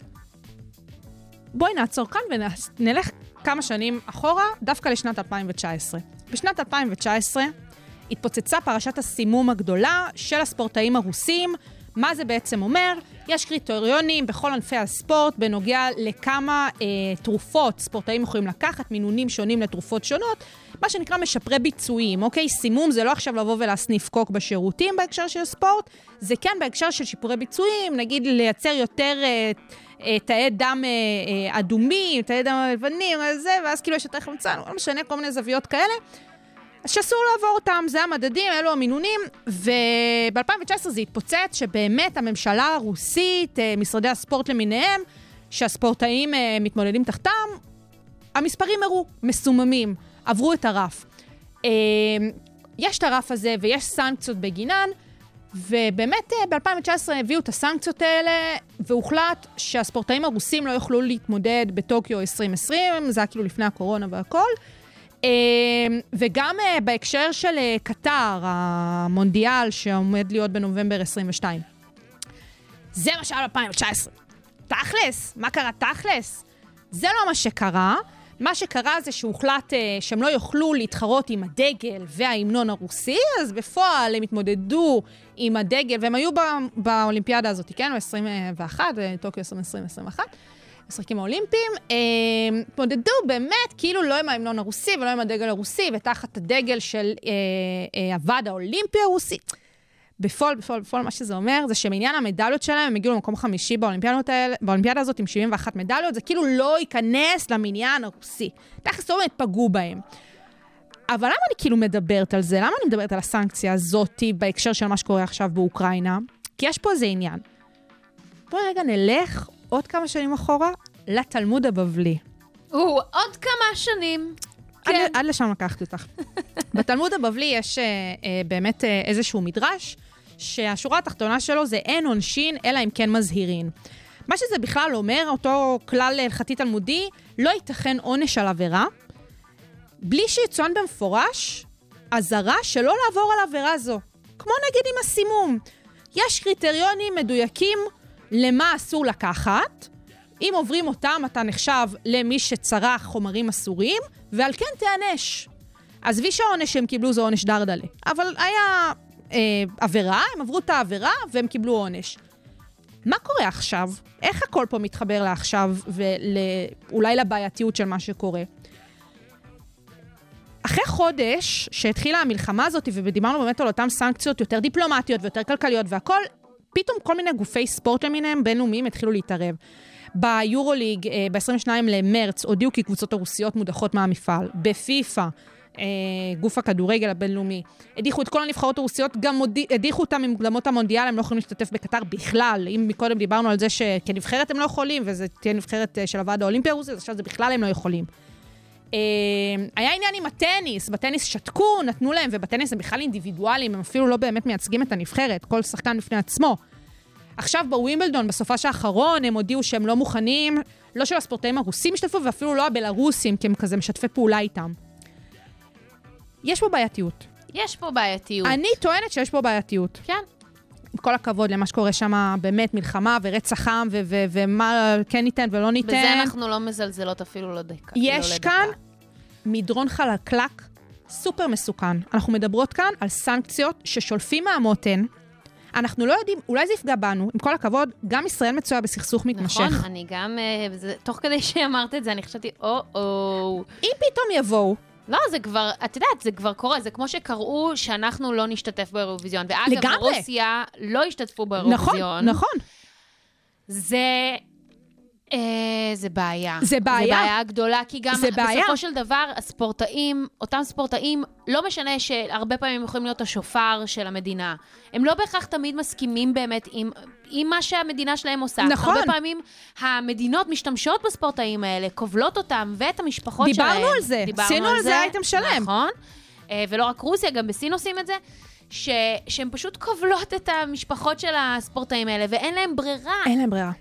בואי נעצור כאן ונלך כמה שנים אחורה, דווקא לשנת 2019. בשנת 2019 התפוצצה פרשת הסימום הגדולה של הספורטאים הרוסים. מה זה בעצם אומר? יש קריטריונים בכל ענפי הספורט בנוגע לכמה תרופות ספורטאים יכולים לקחת, מינונים שונים לתרופות שונות, מה שנקרא משפרי ביצועים, אוקיי? סימום זה לא עכשיו לבוא ולהסניף קוק בשירותים בהקשר של ספורט, זה כן בהקשר של שיפורי ביצועים, נגיד לייצר יותר תאי דם אדומים, תאי דם לבנים, ואז כאילו יש יותר חמצן, לא משנה, כל מיני זוויות כאלה, שאסור לעבור אותם, זה המדדים, אלו המינונים, וב-2019 זה התפוצץ שבאמת הממשלה הרוסית, משרדי הספורט למיניהם, שהספורטאים מתמודדים תחתם, המספרים הראו, מסוממים, עברו את הרף. יש את הרף הזה ויש סנקציות בגינן, ובאמת ב-2019 הביאו את הסנקציות האלה, והוחלט שהספורטאים הרוסים לא יוכלו להתמודד בטוקיו 2020, זה היה כאילו לפני הקורונה והכל, וגם בהקשר של קטר, המונדיאל שעומד להיות בנובמבר 22. זה מה שהיה ב-2019. תכלס, מה קרה תכלס? זה לא מה שקרה. מה שקרה זה שהוחלט שהם לא יוכלו להתחרות עם הדגל וההמנון הרוסי, אז בפועל הם התמודדו עם הדגל, והם היו באולימפיאדה הזאת, כן? ב-21, טוקיו 2021. משחקים האולימפיים, התמודדו באמת כאילו לא עם ההמנון הרוסי ולא עם הדגל הרוסי, ותחת הדגל של הוועד האולימפי הרוסי. בפועל, מה שזה אומר, זה שמעניין המדליות שלהם, הם הגיעו למקום 5 באולימפיאדה הזאת עם 71 מדליות, זה כאילו לא ייכנס למניין הרוסי. תכף לא פגעו בהם. אבל למה אני כאילו מדברת על זה? למה אני מדברת על הסנקציה הזאת בהקשר של מה שקורה עכשיו באוקראינה? כי יש פה איזה עניין. בואי רגע נלך עוד כמה שנים אחורה לתלמוד הבבלי. עוד כמה שנים. כן. עד לשם לקחתי אותך. בתלמוד הבבלי יש באמת איזשהו מדרש, שהשורה התחתונה שלו זה אין עונשין, אלא אם כן מזהירין. מה שזה בכלל אומר, אותו כלל הלכתי תלמודי, לא ייתכן עונש על עבירה, בלי שיצוין במפורש, הזרה שלא לעבור על עבירה זו. כמו נגיד עם הסימום. יש קריטריונים מדויקים למה אסור לקחת, אם עוברים אותם אתה נחשב למי שצרח חומרים אסורים, ועל כן תענש. אז וי שהעונש שהם קיבלו זה עונש דרדלה. אבל היה עבירה, הם עברו את העבירה והם קיבלו עונש. מה קורה עכשיו? איך הכל פה מתחבר לעכשיו ואולי לבעייתיות של מה שקורה? אחרי חודש שהתחילה המלחמה הזאת ודיברנו באמת על אותם סנקציות יותר דיפלומטיות ויותר כלכליות והכל, פתאום כל מיני גופי ספורט למיניהם בינלאומיים התחילו להתערב. ביורוליג, ב-22 למרץ, הודיעו כי קבוצות הרוסיות מודחות מהמפעל. בפיפה, גוף הכדורגל הבינלאומי, הדיחו את כל הנבחרות הרוסיות, גם הדיחו אותם ממוקדמות המונדיאל, הם לא יכולים להשתתף בקטר בכלל. אם מקודם דיברנו על זה שכנבחרת הם לא יכולים, וזה תהיה נבחרת של הוועד האולימפי הרוסי, אז עכשיו זה בכלל הם לא יכולים. היה עניין עם הטניס, בטניס שתקו, נתנו להם, ובטניס הם בכלל אינדיבידואלים, הם אפילו לא באמת מייצגים את הנבחרת, כל שחקן בפני עצמו. עכשיו בווימבלדון, בסופש האחרון, הם הודיעו שהם לא מוכנים, לא של הספורטאים הרוסים השתתפו, ואפילו לא הבלרוסים, כי הם כזה משתפי פעולה איתם. יש פה בעייתיות. יש פה בעייתיות. אני טוענת שיש פה בעייתיות. כן. עם כל הכבוד למה שקורה שם, באמת מלחמה ורצח עם, ומה כן ניתן ולא ניתן. בזה אנחנו לא מזלזלות אפילו לא דקה. יש כאן מדרון חלקלק סופר מסוכן. אנחנו מדברות כאן על סנקציות ששולפים מהמותן. אנחנו לא יודעים, אולי זה יפגע בנו. עם כל הכבוד, גם ישראל מצויה בסכסוך מתמשך. נכון, אני גם, תוך כדי שאמרת את זה, אני חשבתי, אם פתאום יבואו, לא, זה כבר, את יודעת, זה כבר קורה, זה כמו שקראו שאנחנו לא נשתתף באירוויזיון. ואגב, לגמרי. רוסיה לא השתתפו באירוויזיון. נכון. זה בעיה. זה בעיה. זה בעיה גדולה, כי גם זה בעיה. בסופו של דבר, הספורטאים, אותם ספורטאים, לא משנה שהרבה פעמים יכולים להיות השופר של המדינה. הם לא בהכרח תמיד מסכימים באמת עם מה שהמדינה שלהם עושה. נכון. הרבה פעמים המדינות משתמשות בספורטאים האלה, כובלות אותם ואת המשפחות שלהם. דיברנו על זה. עשינו על זה אייטם שלם. נכון. ולא רק רוסיה, גם בסין עושים את זה. שהן פשוט כובלות את המשפחות של הספורטאים האלה, ואין להם ברירה. אין להם ברירה.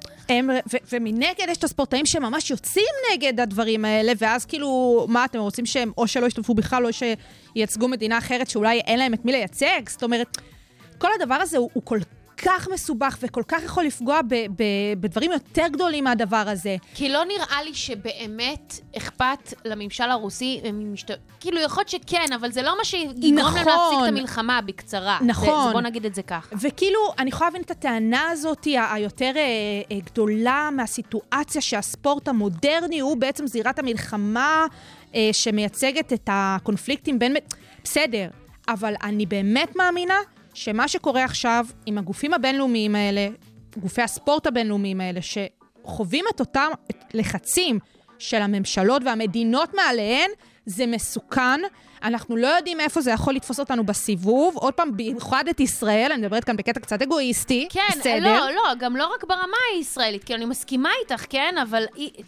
ומנגד יש את הספורטאים שממש יוצאים נגד הדברים האלה, ואז כאילו, מה אתם רוצים שהם או שלא ישתתפו בכלל, או שייצגו מדינה אחרת שאולי אין להם את מי לייצג? זאת אומרת, כל הדבר הזה הוא כל כך מסובך, וכל כך יכול לפגוע בדברים יותר גדולים מהדבר הזה. כי לא נראה לי שבאמת אכפת לממשל הרוסי, כאילו יכול להיות שכן, אבל זה לא מה שיגרום להם להפסיק את המלחמה בקצרה. נכון. בוא נגיד את זה כך. וכאילו, אני יכולה להבין את הטענה הזאת, היותר גדולה מהסיטואציה שהספורט המודרני הוא בעצם זירת המלחמה שמייצגת את הקונפליקטים בין... בסדר, אבל אני באמת מאמינה שמה שקורה עכשיו עם הגופים הבינלאומיים האלה, גופי הספורט הבינלאומיים האלה, שחווים את אותם לחצים של הממשלות והמדינות מעליהן, זה מסוכן. אנחנו לא יודעים איפה זה יכול לתפוס אותנו בסיבוב. עוד פעם, במיוחד את ישראל, אני מדברת כאן בקטע קצת אגואיסטי. כן, בסדר. לא, גם לא רק ברמה הישראלית, כי אני מסכימה איתך, כן, אבל...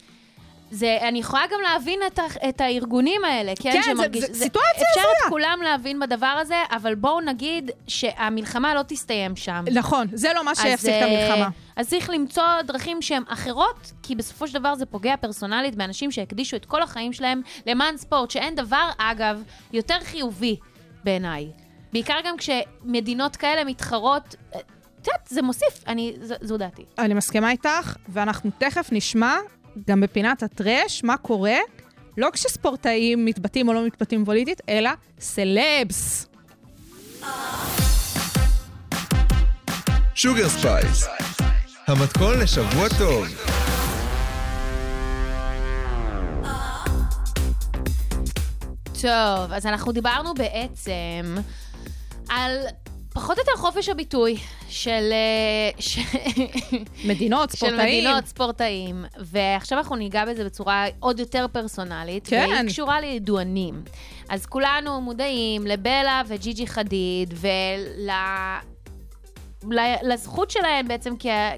אני יכולה גם להבין את הארגונים האלה, כן? כן, זה סיטואציה אפשר הזויה. את כולם להבין בדבר הזה, אבל בואו נגיד שהמלחמה לא תסתיים שם. נכון, זה לא מה שיפסיק את המלחמה. אז צריך למצוא דרכים שהן אחרות, כי בסופו של דבר זה פוגע פרסונלית באנשים שהקדישו את כל החיים שלהם למען ספורט, שאין דבר, אגב, יותר חיובי בעיניי. בעיקר גם כשמדינות כאלה מתחרות, זה מוסיף, זו דעתי. אני מסכימה איתך, ואנחנו תכף נשמע גם בפינת הטרש, מה קורה, לא כשספורטאים מתבטאים או לא מתבטאים פוליטית, אלא סלבס. שוגר ספייס, המתכון לשבוע טוב. טוב, אז אנחנו דיברנו בעצם על פחות או יותר חופש הביטוי של מדינות, ספורטאים. של מדינות, ספורטאים. ועכשיו אנחנו ניגע בזה בצורה עוד יותר פרסונלית, כן. והיא קשורה לידוענים. אז כולנו מודעים לבלה וג'יג'י חדיד, ולזכות שלהן בעצם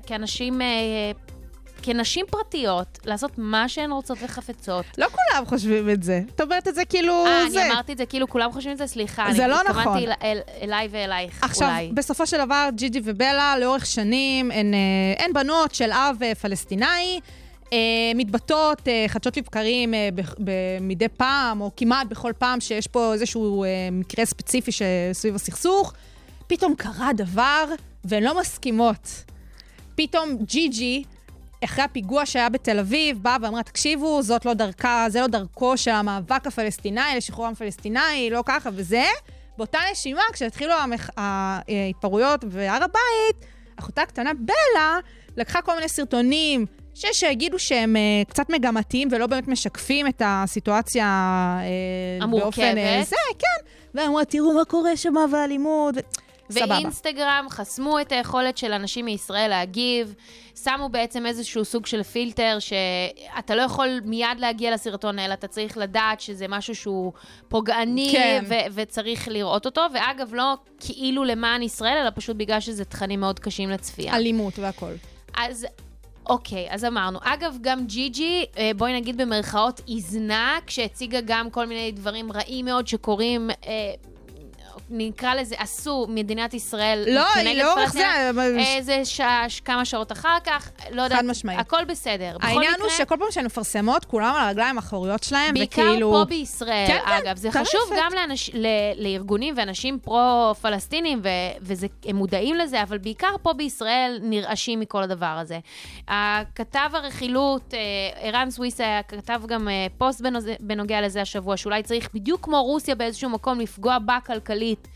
כנשים פרטיות, לעשות מה שהן רוצות וחפצות. לא כולם חושבים את זה. את אומרת את זה כאילו זה. אני אמרתי את זה כאילו כולם חושבים את זה, סליחה. זה לא נכון. התכוונתי אליי ואלייך, עכשיו, אולי. בסופו של דבר, ג'יג'י ובלה, לאורך שנים, הן בנות של אב פלסטיני, מתבטאות חדשות לבקרים מדי פעם, או כמעט בכל פעם שיש פה איזשהו מקרה ספציפי סביב הסכסוך. פתאום קרה דבר, והן לא מסכימות. פתאום ג'יג'י, אחרי הפיגוע שהיה בתל אביב, באה ואמרה, תקשיבו, זאת לא דרכה, זה לא דרכו של המאבק הפלסטיני, לשחרור הפלסטיני, לא ככה וזה. באותה נשימה, כשהתחילו ההתפרעויות והר הבית, אחותה קטנה בלה לקחה כל מיני סרטונים שהגידו שהם קצת מגמתיים ולא באמת משקפים את הסיטואציה המורכבת. זה, כן. ואמרה, תראו מה קורה שם והאלימות. ואינסטגרם חסמו את היכולת של אנשים מישראל להגיב, שמו בעצם איזשהו סוג של פילטר שאתה לא יכול מיד להגיע לסרטון, אלא אתה צריך לדעת שזה משהו שהוא פוגעני, כן. וצריך לראות אותו, ואגב לא כאילו למען ישראל, אלא פשוט בגלל שזה תכנים מאוד קשים לצפייה. אלימות והכל. אז אוקיי, אז אמרנו. אגב, גם ג'יג'י, בואי נגיד במרכאות, איזנה, כשהציגה גם כל מיני דברים רעים מאוד שקורים נקרא לזה, עשו מדינת ישראל לא, כנגד לאורך פלסטינים, זה... כמה שעות אחר כך, לא יודעת, חד משמעית. הכל בסדר. בכל העניין מקרה, הוא שכל פעם שהן מפרסמות, כולם על הרגליים האחוריות שלהם, בעיקר וכאילו... פה בישראל, כן, כן, אגב. זה טרפת. חשוב גם לארגונים ואנשים פרו-פלסטינים, והם מודעים לזה, אבל בעיקר פה בישראל נרעשים מכל הדבר הזה. הכתב הרכילות, ערן סוויסה, כתב גם פוסט בנוגע לזה השבוע, שאולי צריך בדיוק כמו רוסיה באיזשהו מקום לפגוע בה כלכלית.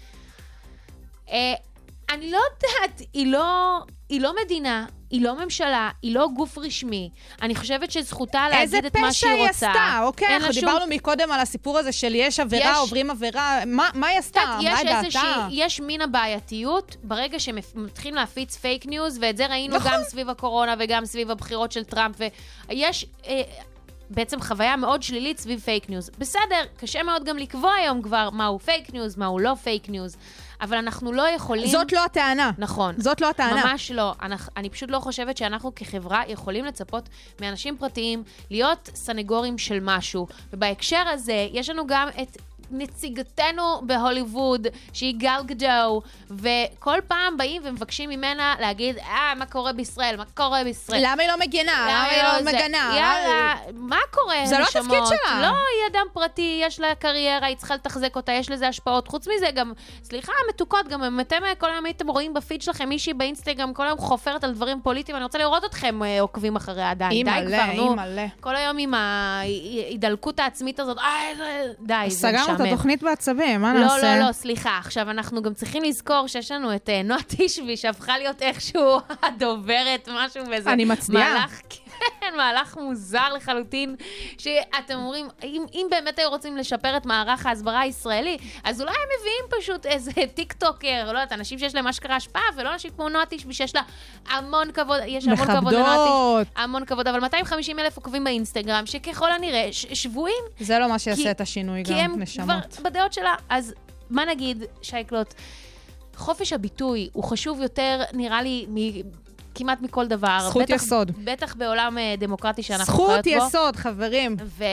אני לא יודעת, היא לא מדינה, היא לא ממשלה, היא לא גוף רשמי. אני חושבת שזכותה להגיד את מה שהיא רוצה. איזה פשע היא עשתה, אוקיי? אנחנו דיברנו מקודם על הסיפור הזה של יש עבירה, עוברים עבירה, מה היא עשתה? מה דעתה? יש מין הבעייתיות, ברגע שמתחילים להפיץ פייק ניוז, ואת זה ראינו גם סביב הקורונה וגם סביב הבחירות של טראמפ, ויש... בעצם חוויה מאוד שלילית סביב פייק ניוז. בסדר, קשה מאוד גם לקבוע היום כבר מהו פייק ניוז, מהו לא פייק ניוז, אבל אנחנו לא יכולים... זאת לא הטענה. נכון. זאת לא הטענה. ממש לא. אני פשוט לא חושבת שאנחנו כחברה יכולים לצפות מאנשים פרטיים להיות סנגורים של משהו. ובהקשר הזה, יש לנו גם את נציגתנו בהוליווד, שהיא גל גדו, וכל פעם באים ומבקשים ממנה להגיד, מה קורה בישראל? מה קורה בישראל? למה היא לא מגנה? למה היא לא מגנה? יאללה, מה קורה? זה לא התפקיד שלה. לא, היא אדם פרטי, יש לה קריירה, היא צריכה לתחזק אותה, יש לזה השפעות. חוץ מזה גם, סליחה, מתוקות, גם אתם כל היום הייתם רואים בפיד שלכם, מישהי באינסטגרם, כל היום חופרת על דברים פוליטיים, אני רוצה לראות אתכם עוקבים אחריה עדיין. די כבר, נו. כל היום עם ההידלקות העצמית הזאת, די, זה משעמם. את התוכנית בעצבים, מה נעשה? לא, סליחה. עכשיו, אנחנו גם צריכים לזכור שיש לנו את נועה תשבי, שהפכה להיות איכשהו הדוברת, משהו וזה. אני מצדיעה. מהלך מוזר לחלוטין, שאתם אומרים, אם באמת היו רוצים לשפר את מערך ההסברה הישראלי, אז אולי הם מביאים פשוט איזה טיק-טוקר, לא יודעת, אנשים שיש להם אשכרה השפעה, ולא אנשים כמו נועה תשבי, שיש לה המון כבוד, יש המון כבוד לנועה תשבי, המון כבוד, אבל 250,000 עוקבים באינסטגרם, שככל הנראה, שבועים. זה לא מה שיעשה את השינוי גם, נשמות. כי הם כבר בדעות שלה, אז מה נגיד, שייקלוט, חופש הביטוי הוא חשוב יותר, נראה לי, כמעט מכל דבר. זכות יסוד. בטח בעולם דמוקרטי שאנחנו חיות בו. זכות יסוד, חברים.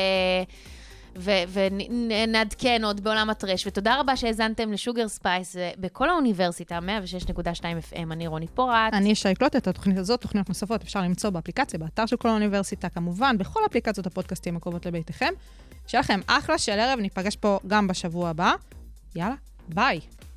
ונעדכן עוד בעולם הטרש. ותודה רבה שהאזנתם לשוגר ספייס בכל האוניברסיטה, 106.2 FM. אני רוני פורט. אני שייקלוט את התוכנית הזאת, תוכניות נוספות אפשר למצוא באפליקציה, באתר של כל האוניברסיטה, כמובן, בכל אפליקציות הפודקאסטים הקרובות לביתכם. שיהיה לכם אחלה של ערב, ניפגש פה גם בשבוע הבא. יאללה, ביי.